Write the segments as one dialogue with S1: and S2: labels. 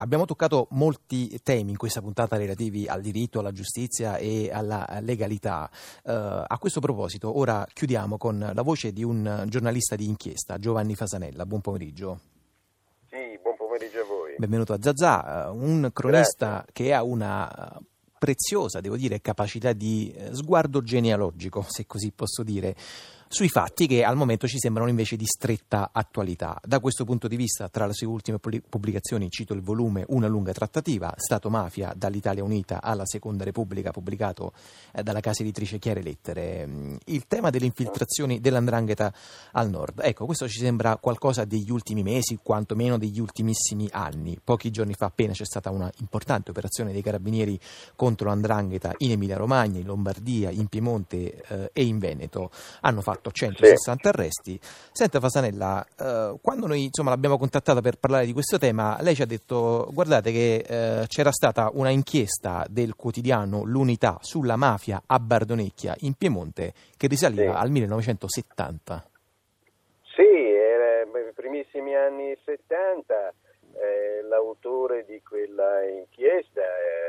S1: Abbiamo toccato molti temi in questa puntata relativi al diritto, alla giustizia e alla legalità. A questo proposito, ora chiudiamo con la voce di un giornalista di inchiesta, Giovanni Fasanella. Buon pomeriggio.
S2: Sì, buon pomeriggio a voi.
S1: Benvenuto a Zazà, un cronista
S2: Grazie.
S1: che ha una preziosa, devo dire, capacità di sguardo genealogico, se così posso dire, sui fatti che al momento ci sembrano invece di stretta attualità. Da questo punto di vista, tra le sue ultime pubblicazioni cito il volume Una lunga trattativa, Stato-mafia dall'Italia Unita alla Seconda Repubblica, pubblicato dalla casa editrice Chiare Lettere. Il tema delle infiltrazioni dell''ndrangheta al nord. Ecco, questo ci sembra qualcosa degli ultimi mesi, quantomeno degli ultimissimi anni. Pochi giorni fa appena c'è stata una importante operazione dei carabinieri contro l''ndrangheta in Emilia-Romagna, in Lombardia, in Piemonte e in Veneto. Hanno fatto 160 arresti. Senta Fasanella, quando noi l'abbiamo contattata per parlare di questo tema, lei ci ha detto: guardate che c'era stata una inchiesta del quotidiano L'Unità sulla mafia a Bardonecchia in Piemonte che risaliva al 1970.
S2: Sì, era i primissimi anni 70, l'autore di quella inchiesta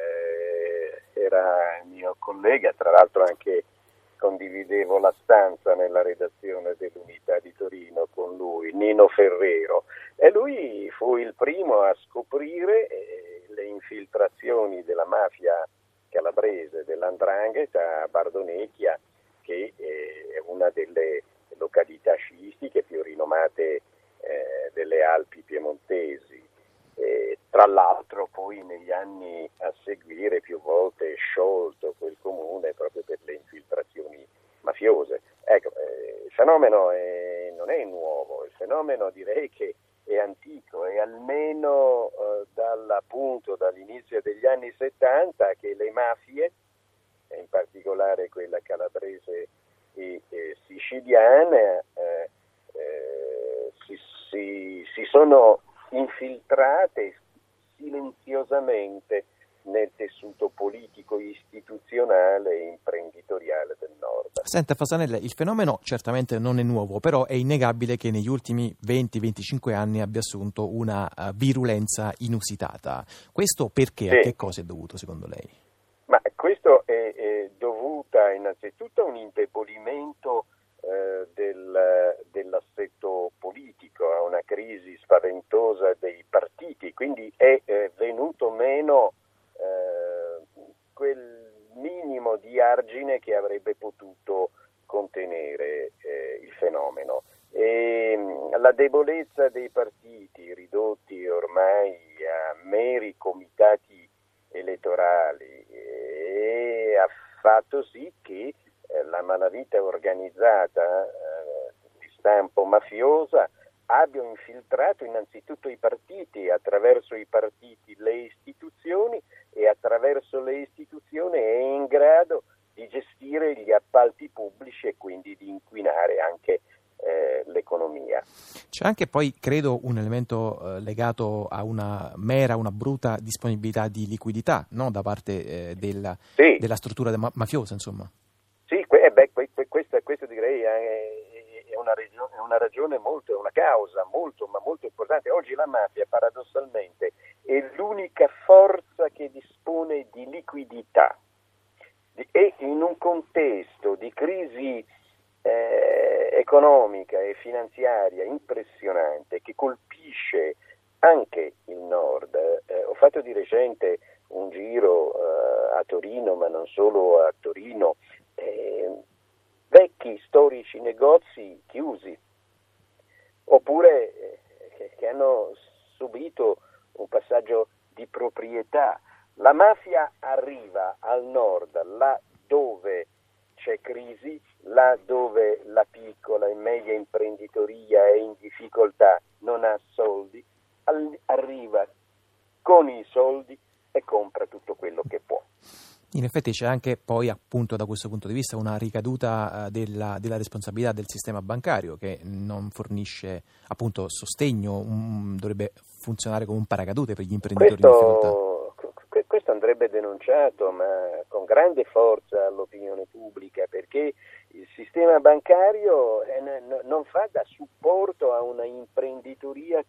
S2: era il mio collega, tra l'altro anche condividevo la stanza nella redazione dell'Unità di Torino con lui, Nino Ferrero, e lui fu il primo a scoprire le infiltrazioni della mafia calabrese, dell''ndrangheta a Bardonecchia, che è una delle località sciistiche più rinomate delle Alpi piemontesi. Tra l'altro poi negli anni a seguire più volte sciolto quel comune proprio per le infiltrazioni mafiose. Ecco, il fenomeno non è nuovo, il fenomeno direi che è antico, è almeno dall'inizio degli anni 70 che le mafie, in particolare quella calabrese e siciliana, si sono infiltrate silenziosamente nel tessuto politico, istituzionale e imprenditoriale del nord.
S1: Senta Fasanella, il fenomeno certamente non è nuovo, però è innegabile che negli ultimi 20-25 anni abbia assunto una virulenza inusitata. Questo perché?
S2: Sì.
S1: A che cosa è dovuto secondo lei?
S2: Ma questo è dovuta innanzitutto a un indebolimento dell'assetto politico, a una crisi spaventosa dei partiti, quindi è venuto meno quel minimo di argine che avrebbe potuto contenere il fenomeno. E la debolezza dei partiti, ridotti ormai a meri comitati elettorali, ha fatto sì che la malavita organizzata di stampo mafiosa abbia infiltrato innanzitutto i partiti, attraverso i partiti le istituzioni, e attraverso le istituzioni è in grado di gestire gli appalti pubblici e quindi di inquinare anche l'economia.
S1: C'è anche poi, credo, un elemento legato a una bruta disponibilità di liquidità, no? Da parte della struttura mafiosa, insomma.
S2: Sì, questo direi è una ragione molto, è una causa molto, ma molto importante. Oggi la mafia paradossalmente è l'unica forza che dispone di liquidità e in un contesto di crisi economica e finanziaria impressionante che colpisce anche il nord. Ho fatto di recente un giro a Torino, ma non solo a Torino, vecchi storici negozi chiusi oppure che hanno subito un passaggio di proprietà. La mafia arriva al nord, là dove c'è crisi, là dove la piccola e media imprenditoria è in difficoltà, non ha soldi, arriva con i soldi e compra tutto quello che può.
S1: In effetti c'è anche poi, appunto, da questo punto di vista una ricaduta della responsabilità del sistema bancario, che non fornisce appunto sostegno, dovrebbe funzionare come un paracadute per gli imprenditori in difficoltà.
S2: Questo andrebbe denunciato, ma con grande forza all'opinione pubblica, perché il sistema bancario non fa da supporto a una imprenditoria che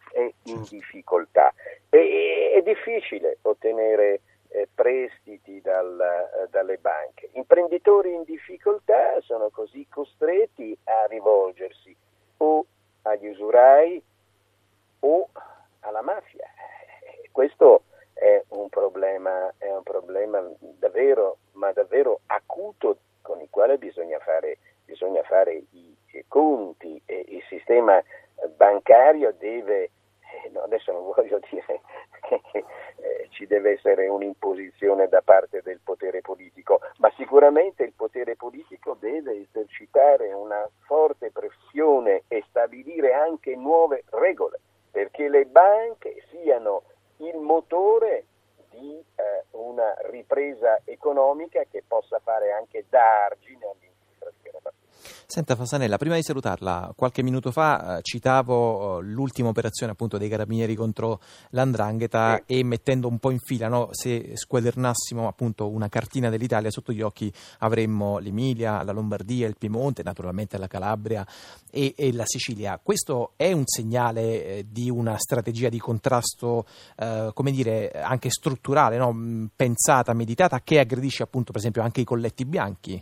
S2: è in difficoltà. È difficile ottenere prestiti dalle banche. Imprenditori in difficoltà sono così costretti a rivolgersi o agli usurai o alla mafia. Questo è un problema davvero, ma davvero acuto, con il quale bisogna fare i conti, e il sistema bancario deve, adesso non voglio dire che ci deve essere un'imposizione da parte del potere politico, ma sicuramente il potere politico deve esercitare una forte pressione e stabilire anche nuove regole, perché le banche siano il motore di una ripresa economica che possa fare anche da argine all'infiltrazione mafiosa.
S1: Senta Fasanella, prima di salutarla, qualche minuto fa citavo l'ultima operazione appunto dei Carabinieri contro l''ndrangheta, e mettendo un po' in fila, no, se squadernassimo appunto una cartina dell'Italia, sotto gli occhi avremmo l'Emilia, la Lombardia, il Piemonte, naturalmente la Calabria e la Sicilia. Questo è un segnale di una strategia di contrasto, come dire, anche strutturale, no? Pensata, meditata, che aggredisce appunto per esempio anche i colletti bianchi?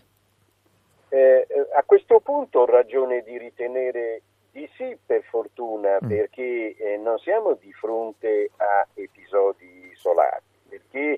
S2: A questo punto ho ragione di ritenere di sì, per fortuna, perché non siamo di fronte a episodi isolati, perché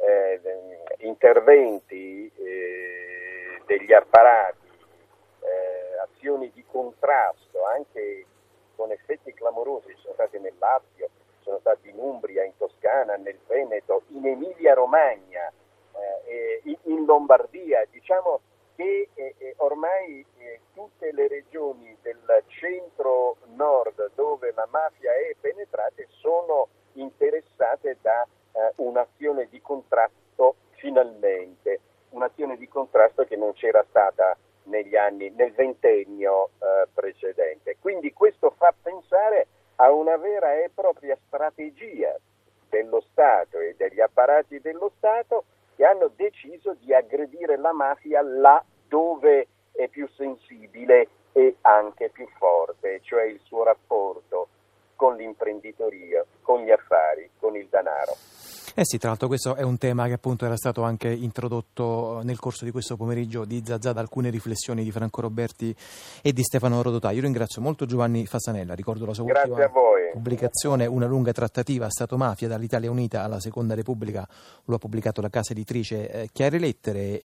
S2: interventi degli apparati, azioni di contrasto, anche con effetti clamorosi, sono stati nel Lazio, sono stati in Umbria, in Toscana, nel Veneto, in Emilia-Romagna, in Lombardia, diciamo che ormai tutte le regioni del centro-nord dove la mafia è penetrata sono interessate da un'azione di contrasto, finalmente, un'azione di contrasto che non c'era stata nel ventennio precedente. Quindi questo fa pensare a una vera e propria strategia dello Stato e degli apparati dello Stato, che hanno deciso di aggredire la mafia là dove è più sensibile e anche più forte, cioè il suo rapporto con l'imprenditoria, con gli affari, con il denaro.
S1: Sì, tra l'altro questo è un tema che appunto era stato anche introdotto nel corso di questo pomeriggio di Zazà da alcune riflessioni di Franco Roberti e di Stefano Rodotà. Io ringrazio molto Giovanni Fasanella, ricordo la sua ultima pubblicazione, Una lunga trattativa Stato-mafia dall'Italia Unita alla Seconda Repubblica, lo ha pubblicato la casa editrice Chiare Lettere.